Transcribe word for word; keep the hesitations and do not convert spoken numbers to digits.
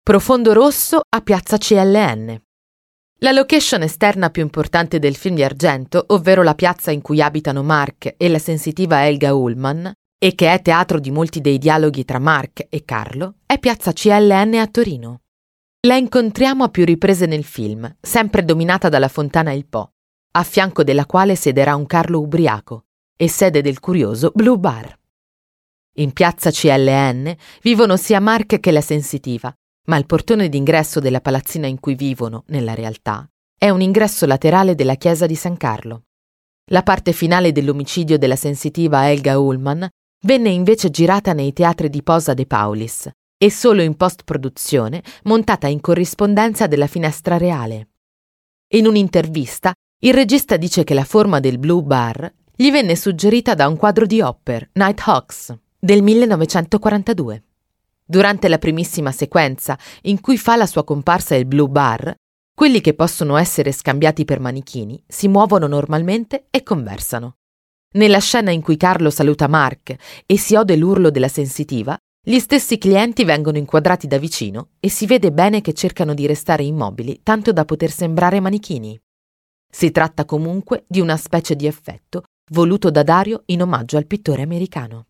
Profondo Rosso a Piazza C L N. La location esterna più importante del film di Argento, ovvero la piazza in cui abitano Mark e la sensitiva Helga Ullmann, e che è teatro di molti dei dialoghi tra Mark e Carlo, è Piazza C L N a Torino. La incontriamo a più riprese nel film, sempre dominata dalla fontana Il Po, a fianco della quale siederà un Carlo ubriaco e sede del curioso Blue Bar. In Piazza C L N vivono sia Mark che la sensitiva, ma il portone d'ingresso della palazzina in cui vivono, nella realtà, è un ingresso laterale della chiesa di San Carlo. La parte finale dell'omicidio della sensitiva Helga Ullmann venne invece girata nei teatri di Posa de Paulis e solo in post-produzione montata in corrispondenza della finestra reale. In un'intervista, il regista dice che la forma del Blue Bar gli venne suggerita da un quadro di Hopper, Nighthawks, del millenovecentoquarantadue. Durante la primissima sequenza, in cui fa la sua comparsa il Blue Bar, quelli che possono essere scambiati per manichini si muovono normalmente e conversano. Nella scena in cui Carlo saluta Mark e si ode l'urlo della sensitiva, gli stessi clienti vengono inquadrati da vicino e si vede bene che cercano di restare immobili tanto da poter sembrare manichini. Si tratta comunque di una specie di effetto voluto da Dario in omaggio al pittore americano.